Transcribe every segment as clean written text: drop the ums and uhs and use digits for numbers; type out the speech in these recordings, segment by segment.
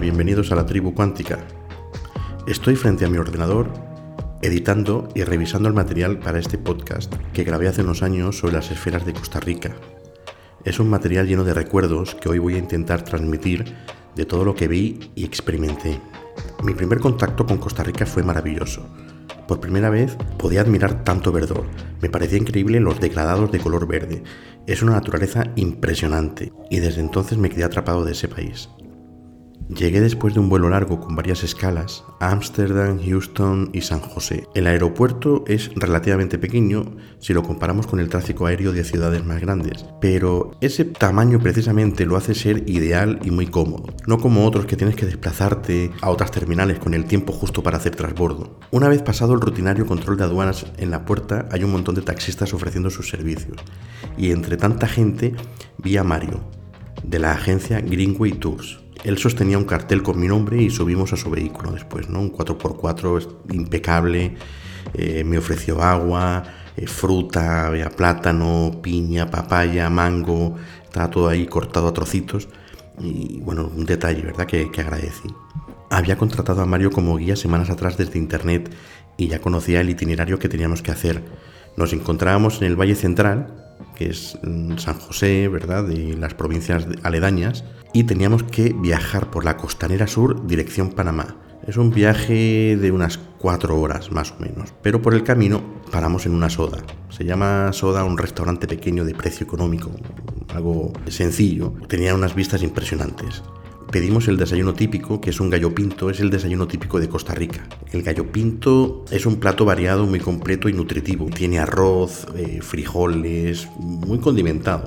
bienvenidos a la Tribu Cuántica. Estoy frente a mi ordenador, editando y revisando el material para este podcast que grabé hace unos años sobre las esferas de Costa Rica. Es un material lleno de recuerdos que hoy voy a intentar transmitir de todo lo que vi y experimenté. Mi primer contacto con Costa Rica fue maravilloso. Por primera vez podía admirar tanto verdor. Me parecía increíble los degradados de color verde. Es una naturaleza impresionante y desde entonces me quedé atrapado de ese país. Llegué después de un vuelo largo con varias escalas a Ámsterdam, Houston y San José. El aeropuerto es relativamente pequeño si lo comparamos con el tráfico aéreo de ciudades más grandes, pero ese tamaño precisamente lo hace ser ideal y muy cómodo, no como otros que tienes que desplazarte a otras terminales con el tiempo justo para hacer transbordo. Una vez pasado el rutinario control de aduanas, en la puerta hay un montón de taxistas ofreciendo sus servicios, y entre tanta gente vi a Mario, de la agencia Greenway Tours. Él sostenía un cartel con mi nombre y subimos a su vehículo después, ¿no? Un 4x4 impecable, me ofreció agua, fruta, había plátano, piña, papaya, mango, estaba todo ahí cortado a trocitos y bueno, un detalle, ¿verdad?, que agradecí. Había contratado a Mario como guía semanas atrás desde internet y ya conocía el itinerario que teníamos que hacer. Nos encontrábamos en el Valle Central, que es San José, ¿verdad?, de las provincias aledañas, y teníamos que viajar por la Costanera Sur dirección Panamá. Es un viaje de unas 4 horas más o menos, pero por el camino paramos en una soda. Se llama Soda, un restaurante pequeño de precio económico, algo sencillo. Tenía unas vistas impresionantes. Pedimos el desayuno típico, que es un gallo pinto, es el desayuno típico de Costa Rica. El gallo pinto es un plato variado, muy completo y nutritivo. Tiene arroz, frijoles, muy condimentado,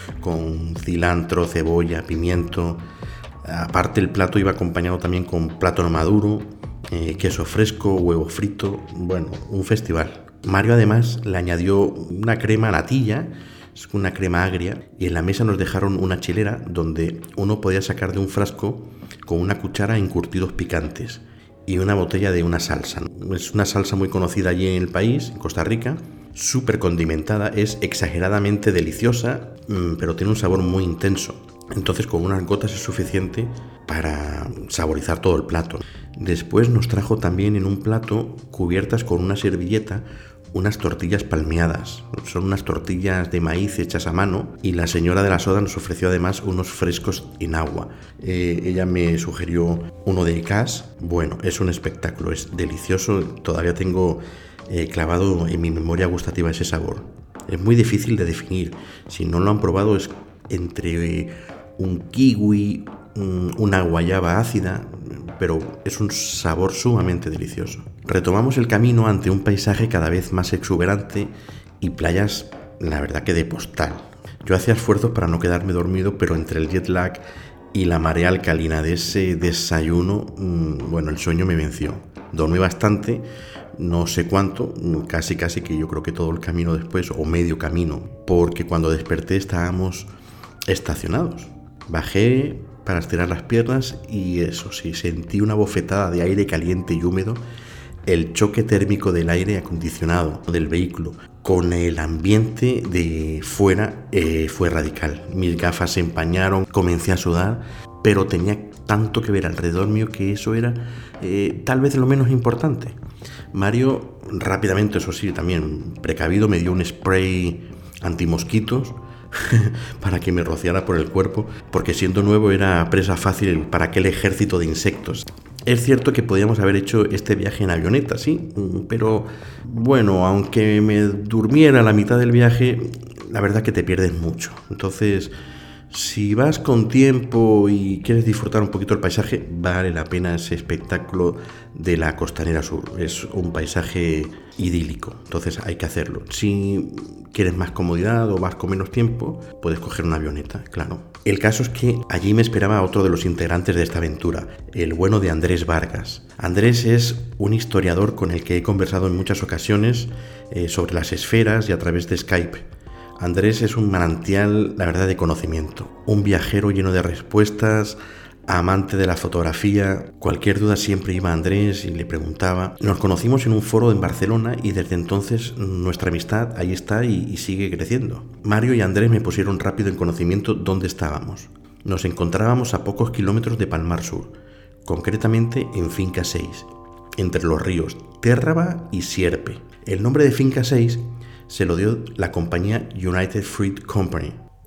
con cilantro, cebolla, pimiento. Aparte el plato iba acompañado también con plátano maduro, queso fresco, huevo frito, bueno, un festival. Mario además le añadió una crema natilla, es una crema agria, y en la mesa nos dejaron una chilera donde uno podía sacar de un frasco con una cuchara encurtidos picantes y una botella de una salsa. Es una salsa muy conocida allí en el país, en Costa Rica, súper condimentada, es exageradamente deliciosa, pero tiene un sabor muy intenso. Entonces con unas gotas es suficiente para saborizar todo el plato. Después nos trajo también en un plato, cubiertas con una servilleta, unas tortillas palmeadas. Son unas tortillas de maíz hechas a mano y la señora de la soda nos ofreció además unos frescos en agua. Ella me sugirió uno de cas. Bueno, es un espectáculo, es delicioso. Todavía tengo clavado en mi memoria gustativa ese sabor. Es muy difícil de definir. Si no lo han probado, es entre un kiwi, una guayaba ácida, pero es un sabor sumamente delicioso. Retomamos el camino ante un paisaje cada vez más exuberante y playas, la verdad que de postal. Yo hacía esfuerzos para no quedarme dormido, pero entre el jet lag y la marea alcalina de ese desayuno, bueno, el sueño me venció. Dormí bastante, no sé cuánto, casi que yo creo que todo el camino después, o medio camino, porque cuando desperté estábamos estacionados. Bajé para estirar las piernas y eso sí, sentí una bofetada de aire caliente y húmedo, el choque térmico del aire acondicionado del vehículo con el ambiente de fuera fue radical. Mis gafas se empañaron, comencé a sudar, pero tenía tanto que ver alrededor mío que eso era tal vez lo menos importante. Mario rápidamente, eso sí, también precavido, me dio un spray antimosquitos para que me rociara por el cuerpo, porque siendo nuevo era presa fácil para aquel ejército de insectos. Es cierto que podíamos haber hecho este viaje en avioneta, sí, pero bueno, aunque me durmiera a la mitad del viaje, la verdad que te pierdes mucho. Entonces, si vas con tiempo y quieres disfrutar un poquito el paisaje, vale la pena ese espectáculo de la Costanera Sur. Es un paisaje idílico, entonces hay que hacerlo. Si quieres más comodidad o vas con menos tiempo, puedes coger una avioneta, claro. El caso es que allí me esperaba otro de los integrantes de esta aventura, el bueno de Andrés Vargas. Andrés es un historiador con el que he conversado en muchas ocasiones sobre las esferas y a través de Skype. Andrés es un manantial, la verdad, de conocimiento, un viajero lleno de respuestas, amante de la fotografía. Cualquier duda siempre iba a Andrés y le preguntaba. Nos conocimos en un foro en Barcelona y desde entonces nuestra amistad ahí está y sigue creciendo. Mario y Andrés me pusieron rápido en conocimiento dónde estábamos. Nos encontrábamos a pocos kilómetros de Palmar Sur. concretamente en Finca 6, entre los ríos Térraba y Sierpe. El nombre de Finca 6 se lo dio la compañía United Fruit Company,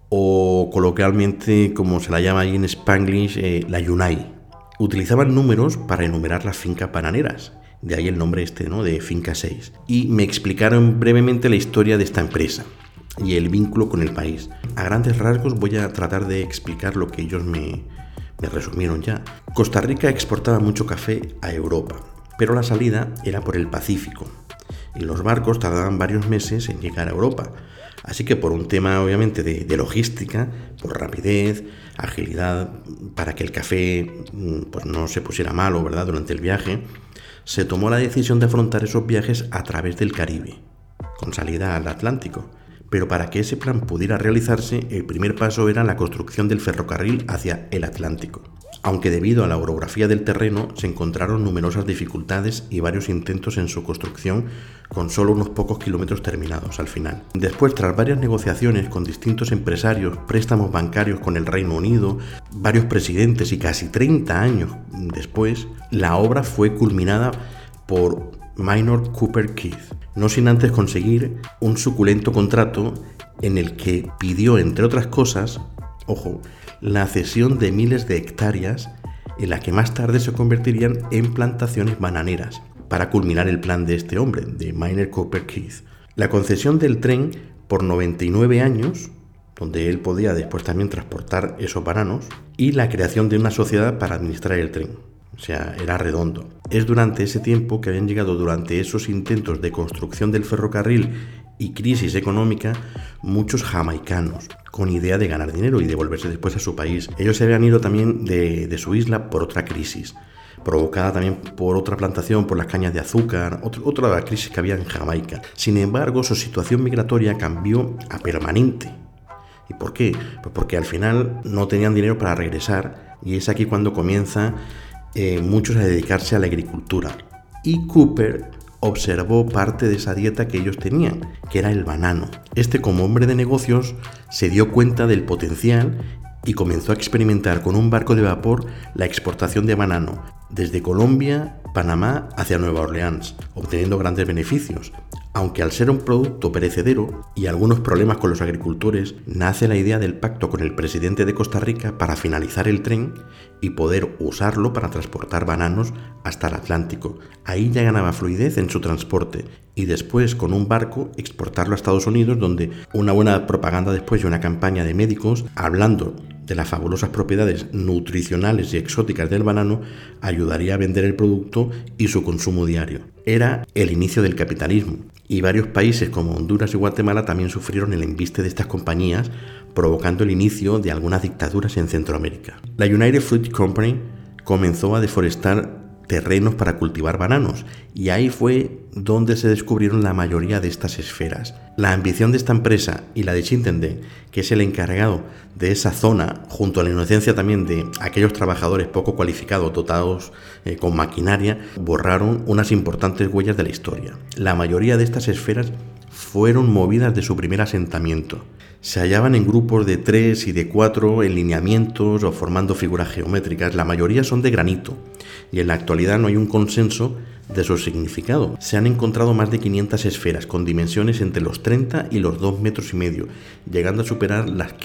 o coloquialmente, como se la llama ahí en Spanglish, la Yunai. Utilizaban números para enumerar las fincas bananeras, de ahí el nombre ¿no?, de Finca 6. Y me explicaron brevemente la historia de esta empresa y el vínculo con el país. A grandes rasgos voy a tratar de explicar lo que ellos me resumieron ya. Costa Rica exportaba mucho café a Europa, pero la salida era por el Pacífico y los barcos tardaban varios meses en llegar a Europa. Así que por un tema obviamente de logística, por rapidez, agilidad, para que el café pues no se pusiera malo, ¿verdad?, durante el viaje, se tomó la decisión de afrontar esos viajes a través del Caribe, con salida al Atlántico. Pero para que ese plan pudiera realizarse, el primer paso era la construcción del ferrocarril hacia el Atlántico. Aunque debido a la orografía del terreno se encontraron numerosas dificultades y varios intentos en su construcción, con solo unos pocos kilómetros terminados al final. Después, tras varias negociaciones con distintos empresarios, préstamos bancarios con el Reino Unido, varios presidentes y casi 30 años después, la obra fue culminada por Minor Cooper Keith, no sin antes conseguir un suculento contrato en el que pidió, entre otras cosas, ojo, la cesión de miles de hectáreas en las que más tarde se convertirían en plantaciones bananeras, para culminar el plan de este hombre, de Minor Cooper Keith. La concesión del tren por 99 años, donde él podía después también transportar esos bananos, y la creación de una sociedad para administrar el tren. O sea, era redondo. Es durante ese tiempo que habían llegado, durante esos intentos de construcción del ferrocarril y crisis económica, muchos jamaicanos con idea de ganar dinero y de volverse después a su país. Ellos se habían ido también de su isla por otra crisis, provocada también por otra plantación, por las cañas de azúcar, otra crisis que había en Jamaica. Sin embargo, su situación migratoria cambió a permanente. ¿Y por qué? Pues porque al final no tenían dinero para regresar, y es aquí cuando comienza muchos a dedicarse a la agricultura. Y Cooper observó parte de esa dieta que ellos tenían, que era el banano. Como hombre de negocios, se dio cuenta del potencial y comenzó a experimentar con un barco de vapor la exportación de banano desde Colombia, Panamá hacia Nueva Orleans, obteniendo grandes beneficios. Aunque al ser un producto perecedero y algunos problemas con los agricultores, nace la idea del pacto con el presidente de Costa Rica para finalizar el tren y poder usarlo para transportar bananos hasta el Atlántico. Ahí ya ganaba fluidez en su transporte y después con un barco exportarlo a Estados Unidos, donde una buena propaganda después y una campaña de médicos hablando de las fabulosas propiedades nutricionales y exóticas del banano ayudaría a vender el producto y su consumo diario. Era el inicio del capitalismo y varios países como Honduras y Guatemala también sufrieron el embiste de estas compañías, provocando el inicio de algunas dictaduras en Centroamérica. La United Fruit Company comenzó a deforestar terrenos para cultivar bananos, y ahí fue donde se descubrieron la mayoría de estas esferas. La ambición de esta empresa y la de Chittenden, que es el encargado de esa zona, junto a la inocencia también de aquellos trabajadores poco cualificados dotados con maquinaria, borraron unas importantes huellas de la historia. La mayoría de estas esferas fueron movidas de su primer asentamiento. Se hallaban en grupos de 3 y de 4 en lineamientos o formando figuras geométricas. La mayoría son de granito y en la actualidad no hay un consenso de su significado. Se han encontrado más de 500 esferas con dimensiones entre los 30 y los 2,5 metros, llegando a superar las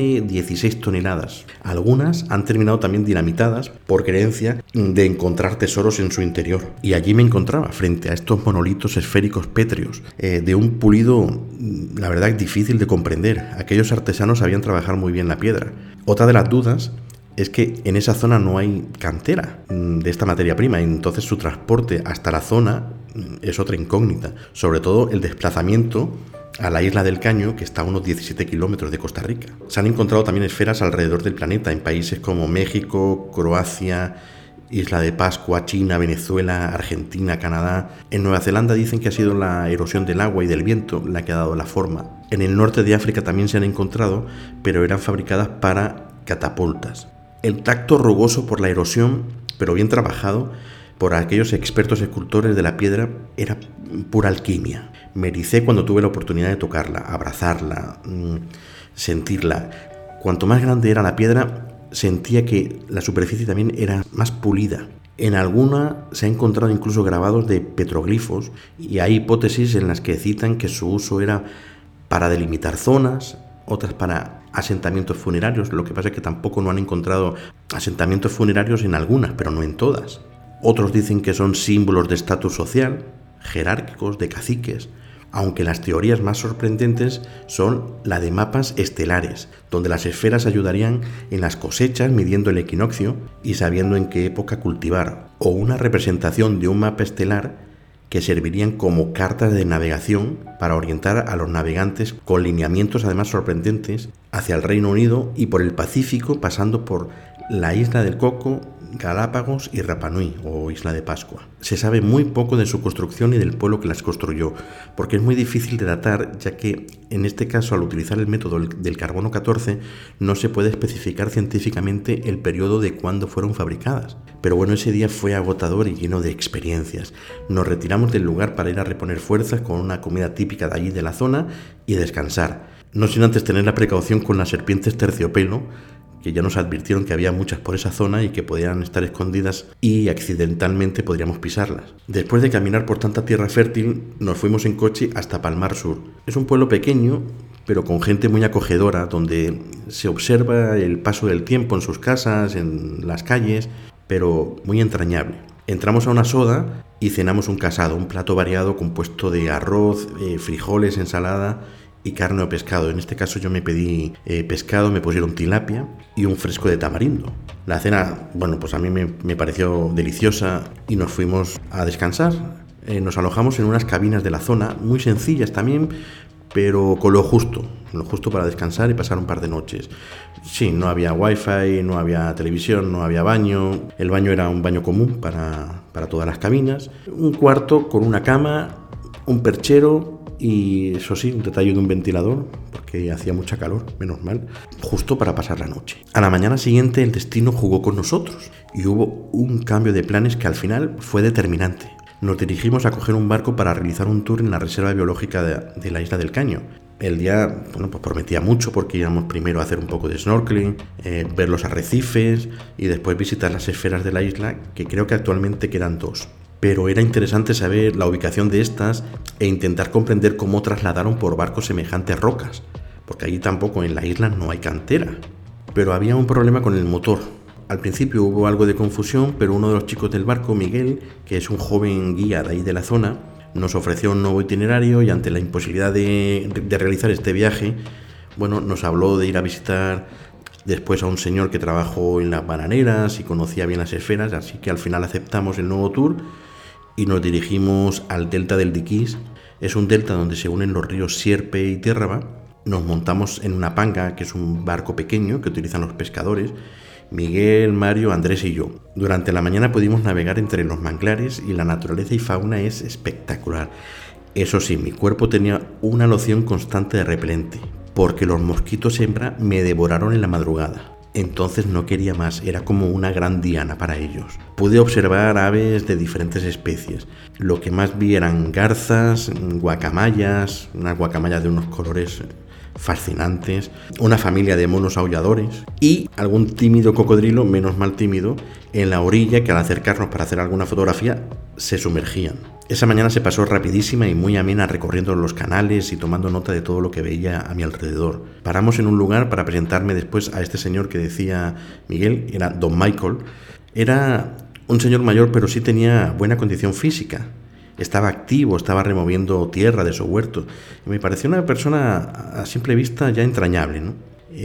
15-16 toneladas. Algunas han terminado también dinamitadas por creencia de encontrar tesoros en su interior. Y allí me encontraba frente a estos monolitos esféricos pétreos, de un pulido, la verdad, difícil de comprender. Aquellos artesanos sabían trabajar muy bien la piedra. Otra de las dudas es que en esa zona no hay cantera de esta materia prima, y entonces su transporte hasta la zona es otra incógnita. Sobre todo el desplazamiento a la isla del Caño, que está a unos 17 kilómetros de Costa Rica. Se han encontrado también esferas alrededor del planeta, en países como México, Croacia, Isla de Pascua, China, Venezuela, Argentina, Canadá. En Nueva Zelanda dicen que ha sido la erosión del agua y del viento la que ha dado la forma. En el norte de África también se han encontrado, pero eran fabricadas para catapultas. El tacto rugoso por la erosión, pero bien trabajado por aquellos expertos escultores de la piedra, era pura alquimia. Me ericé cuando tuve la oportunidad de tocarla, abrazarla, sentirla. Cuanto más grande era la piedra, sentía que la superficie también era más pulida. En alguna se ha encontrado incluso grabados de petroglifos y hay hipótesis en las que citan que su uso era para delimitar zonas, otras para asentamientos funerarios. Lo que pasa es que tampoco no han encontrado asentamientos funerarios en algunas, pero no en todas. Otros dicen que son símbolos de estatus social, jerárquicos, de caciques, aunque las teorías más sorprendentes son la de mapas estelares, donde las esferas ayudarían en las cosechas midiendo el equinoccio y sabiendo en qué época cultivar, o una representación de un mapa estelar que servirían como cartas de navegación para orientar a los navegantes con lineamientos además sorprendentes hacia el Reino Unido y por el Pacífico, pasando por la Isla del Coco, Galápagos y Rapa Nui, o Isla de Pascua. Se sabe muy poco de su construcción y del pueblo que las construyó, porque es muy difícil de datar, ya que en este caso, al utilizar el método del carbono 14, no se puede especificar científicamente el periodo de cuándo fueron fabricadas. Pero bueno, ese día fue agotador y lleno de experiencias. Nos retiramos del lugar para ir a reponer fuerzas con una comida típica de allí de la zona y descansar. No sin antes tener la precaución con las serpientes terciopelo, que ya nos advirtieron que había muchas por esa zona y que podían estar escondidas y accidentalmente podríamos pisarlas. Después de caminar por tanta tierra fértil, nos fuimos en coche hasta Palmar Sur. Es un pueblo pequeño, pero con gente muy acogedora, donde se observa el paso del tiempo en sus casas, en las calles, pero muy entrañable. Entramos a una soda y cenamos un casado, un plato variado compuesto de arroz, frijoles, ensalada y carne o pescado. En este caso yo me pedí pescado, me pusieron tilapia y un fresco de tamarindo. La cena, bueno, pues a mí me pareció deliciosa y nos fuimos a descansar. Nos alojamos en unas cabinas de la zona, muy sencillas también, pero con lo justo para descansar y pasar un par de noches. Sí, no había wifi, no había televisión, no había baño. El baño era un baño común para todas las cabinas. Un cuarto con una cama, un perchero y, eso sí, un detalle de un ventilador, porque hacía mucha calor, menos mal, justo para pasar la noche. A la mañana siguiente el destino jugó con nosotros y hubo un cambio de planes que al final fue determinante. Nos dirigimos a coger un barco para realizar un tour en la reserva biológica de la Isla del Caño. El día, bueno, pues prometía mucho porque íbamos primero a hacer un poco de snorkeling, ver los arrecifes y después visitar las esferas de la isla, que creo que actualmente quedan 2. Pero era interesante saber la ubicación de estas e intentar comprender cómo trasladaron por barco semejantes rocas, porque allí tampoco en la isla no hay cantera. Pero había un problema con el motor. Al principio hubo algo de confusión, pero uno de los chicos del barco, Miguel, que es un joven guía de ahí de la zona, nos ofreció un nuevo itinerario y ante la imposibilidad de realizar este viaje, bueno, nos habló de ir a visitar después a un señor que trabajó en las bananeras y conocía bien las esferas, así que al final aceptamos el nuevo tour y nos dirigimos al delta del Diquís. Es un delta donde se unen los ríos Sierpe y Tierraba. Nos montamos en una panga, que es un barco pequeño que utilizan los pescadores, Miguel, Mario, Andrés y yo. Durante la mañana pudimos navegar entre los manglares y la naturaleza y fauna es espectacular. Eso sí, mi cuerpo tenía una loción constante de repelente, porque los mosquitos hembra me devoraron en la madrugada. Entonces no quería más, era como una gran diana para ellos. Pude observar aves de diferentes especies. Lo que más vi eran garzas, guacamayas, unas guacamayas de unos colores fascinantes, una familia de monos aulladores y algún tímido cocodrilo, menos mal tímido, en la orilla que al acercarnos para hacer alguna fotografía se sumergían. Esa mañana se pasó rapidísima y muy amena recorriendo los canales y tomando nota de todo lo que veía a mi alrededor. Paramos en un lugar para presentarme después a este señor que decía Miguel, era Don Michael. Era un señor mayor, pero sí tenía buena condición física. Estaba activo, estaba removiendo tierra de su huerto. Y me pareció una persona a simple vista ya entrañable, ¿no?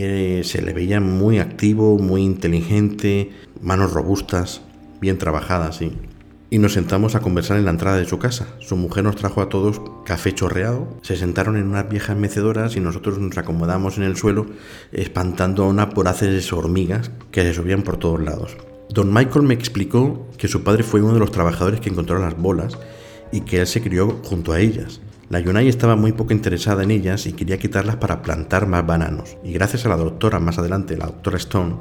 Se le veía muy activo, muy inteligente, manos robustas, bien trabajadas, sí. Y nos sentamos a conversar en la entrada de su casa. Su mujer nos trajo a todos café chorreado. Se sentaron en unas viejas mecedoras y nosotros nos acomodamos en el suelo, espantando a unas voraces hormigas que se subían por todos lados. Don Michael me explicó que su padre fue uno de los trabajadores que encontró las bolas y que él se crió junto a ellas. La Yunai estaba muy poco interesada en ellas y quería quitarlas para plantar más bananos. Y gracias a la doctora, más adelante, la doctora Stone,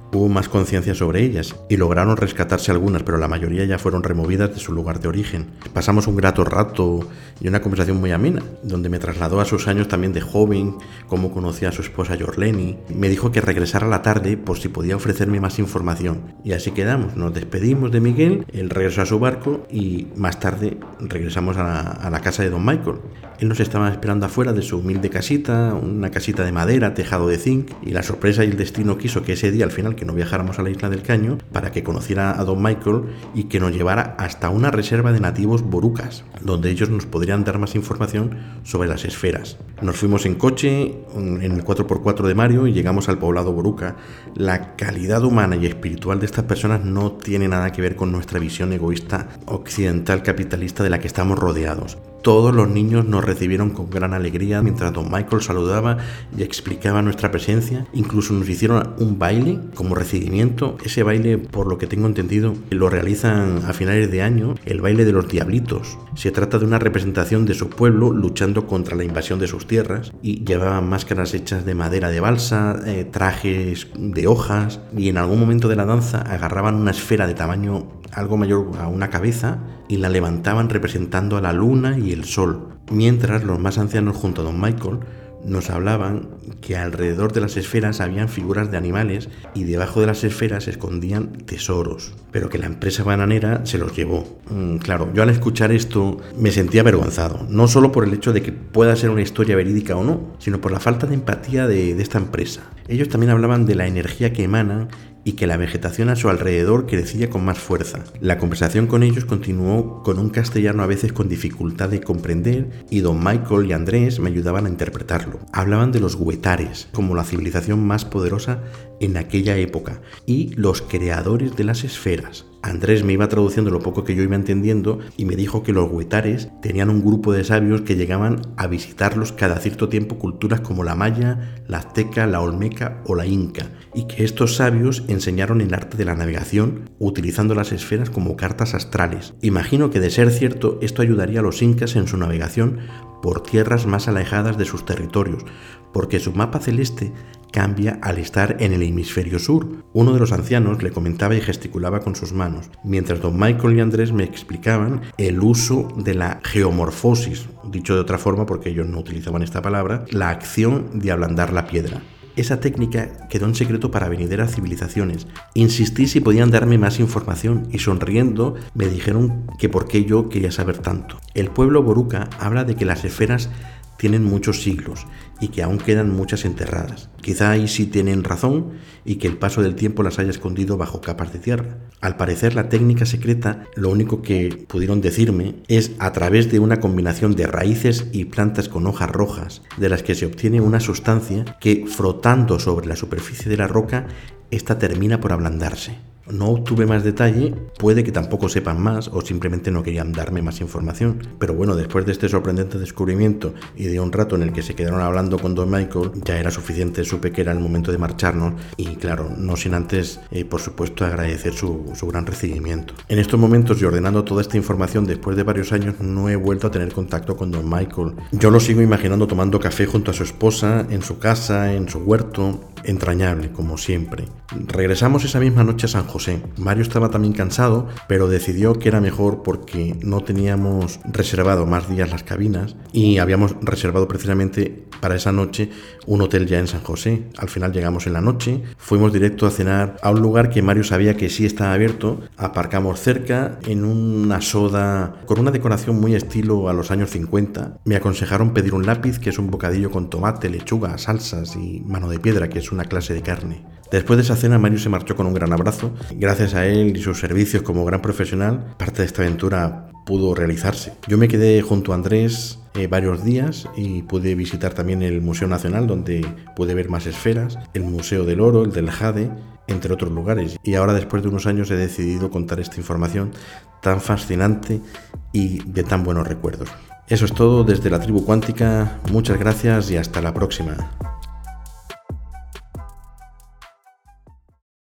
Hubo más conciencia sobre ellas y lograron rescatarse algunas, pero la mayoría ya fueron removidas de su lugar de origen. Pasamos un grato rato y una conversación muy amena, donde me trasladó a sus años también de joven, cómo conocía a su esposa Yorleni. Me dijo que regresara a la tarde por si podía ofrecerme más información. Y así quedamos, nos despedimos de Miguel, él regresó a su barco y más tarde regresamos a la casa de don Michael. Él nos estaba esperando afuera de su humilde casita, una casita de madera, tejado de zinc, y la sorpresa y el destino quiso que ese día al final que no viajáramos a la isla del Caño para que conociera a don Michael y que nos llevara hasta una reserva de nativos borucas, donde ellos nos podrían dar más información sobre las esferas. Nos fuimos en coche, en el 4x4 de Mario, y llegamos al poblado boruca. La calidad humana y espiritual de estas personas no tiene nada que ver con nuestra visión egoísta occidental capitalista de la que estamos rodeados. Todos los niños nos recibieron con gran alegría mientras don Michael saludaba y explicaba nuestra presencia. Incluso nos hicieron un baile como recibimiento. Ese baile, por lo que tengo entendido, lo realizan a finales de año, el baile de los diablitos. Se trata de una representación de su pueblo luchando contra la invasión de sus tierras, y llevaban máscaras hechas de madera de balsa, trajes de hojas, y en algún momento de la danza agarraban una esfera de tamaño algo mayor a una cabeza y la levantaban representando a la luna y el sol, mientras los más ancianos junto a don Michael nos hablaban que alrededor de las esferas habían figuras de animales y debajo de las esferas se escondían tesoros, pero que la empresa bananera se los llevó. Claro, yo al escuchar esto me sentía avergonzado, no solo por el hecho de que pueda ser una historia verídica o no, sino por la falta de empatía de esta empresa. Ellos también hablaban de la energía que emanan y que la vegetación a su alrededor crecía con más fuerza. La conversación con ellos continuó con un castellano a veces con dificultad de comprender, y don Michael y Andrés me ayudaban a interpretarlo. Hablaban de los huetares como la civilización más poderosa en aquella época y los creadores de las esferas. Andrés me iba traduciendo lo poco que yo iba entendiendo y me dijo que los huetares tenían un grupo de sabios que llegaban a visitarlos cada cierto tiempo culturas como la maya, la azteca, la olmeca o la inca, y que estos sabios enseñaron el arte de la navegación utilizando las esferas como cartas astrales. Imagino que de ser cierto esto ayudaría a los incas en su navegación por tierras más alejadas de sus territorios, porque su mapa celeste cambia al estar en el hemisferio sur. Uno de los ancianos le comentaba y gesticulaba con sus manos, mientras don Michael y Andrés me explicaban el uso de la geomorfosis, dicho de otra forma porque ellos no utilizaban esta palabra, la acción de ablandar la piedra. Esa técnica quedó en secreto para venideras civilizaciones. Insistí si podían darme más información y sonriendo me dijeron que por qué yo quería saber tanto. El pueblo boruca habla de que las esferas tienen muchos siglos y que aún quedan muchas enterradas. Quizá ahí sí tienen razón y que el paso del tiempo las haya escondido bajo capas de tierra. Al parecer la técnica secreta, lo único que pudieron decirme es a través de una combinación de raíces y plantas con hojas rojas, de las que se obtiene una sustancia que, frotando sobre la superficie de la roca, esta termina por ablandarse. No obtuve más detalle, puede que tampoco sepan más o simplemente no querían darme más información. Pero bueno, después de este sorprendente descubrimiento y de un rato en el que se quedaron hablando con don Michael, ya era suficiente, supe que era el momento de marcharnos y claro, no sin antes, por supuesto, agradecer su gran recibimiento. En estos momentos y ordenando toda esta información después de varios años, no he vuelto a tener contacto con don Michael. Yo lo sigo imaginando tomando café junto a su esposa, en su casa, en su huerto. Entrañable, como siempre. Regresamos esa misma noche a San José. Mario estaba también cansado, pero decidió que era mejor porque no teníamos reservado más días las cabinas y habíamos reservado precisamente para esa noche un hotel ya en San José. Al final llegamos en la noche, fuimos directo a cenar a un lugar que Mario sabía que sí estaba abierto, aparcamos cerca en una soda con una decoración muy estilo a los años 50. Me aconsejaron pedir un lápiz, que es un bocadillo con tomate, lechuga, salsas y mano de piedra, que es una clase de carne. Después de esa cena, Mario se marchó con un gran abrazo. Gracias a él y sus servicios como gran profesional, parte de esta aventura pudo realizarse. Yo me quedé junto a Andrés varios días y pude visitar también el Museo Nacional, donde pude ver más esferas, el Museo del Oro, el del Jade, entre otros lugares. Y ahora, después de unos años, he decidido contar esta información tan fascinante y de tan buenos recuerdos. Eso es todo desde la Tribu Cuántica. Muchas gracias y hasta la próxima.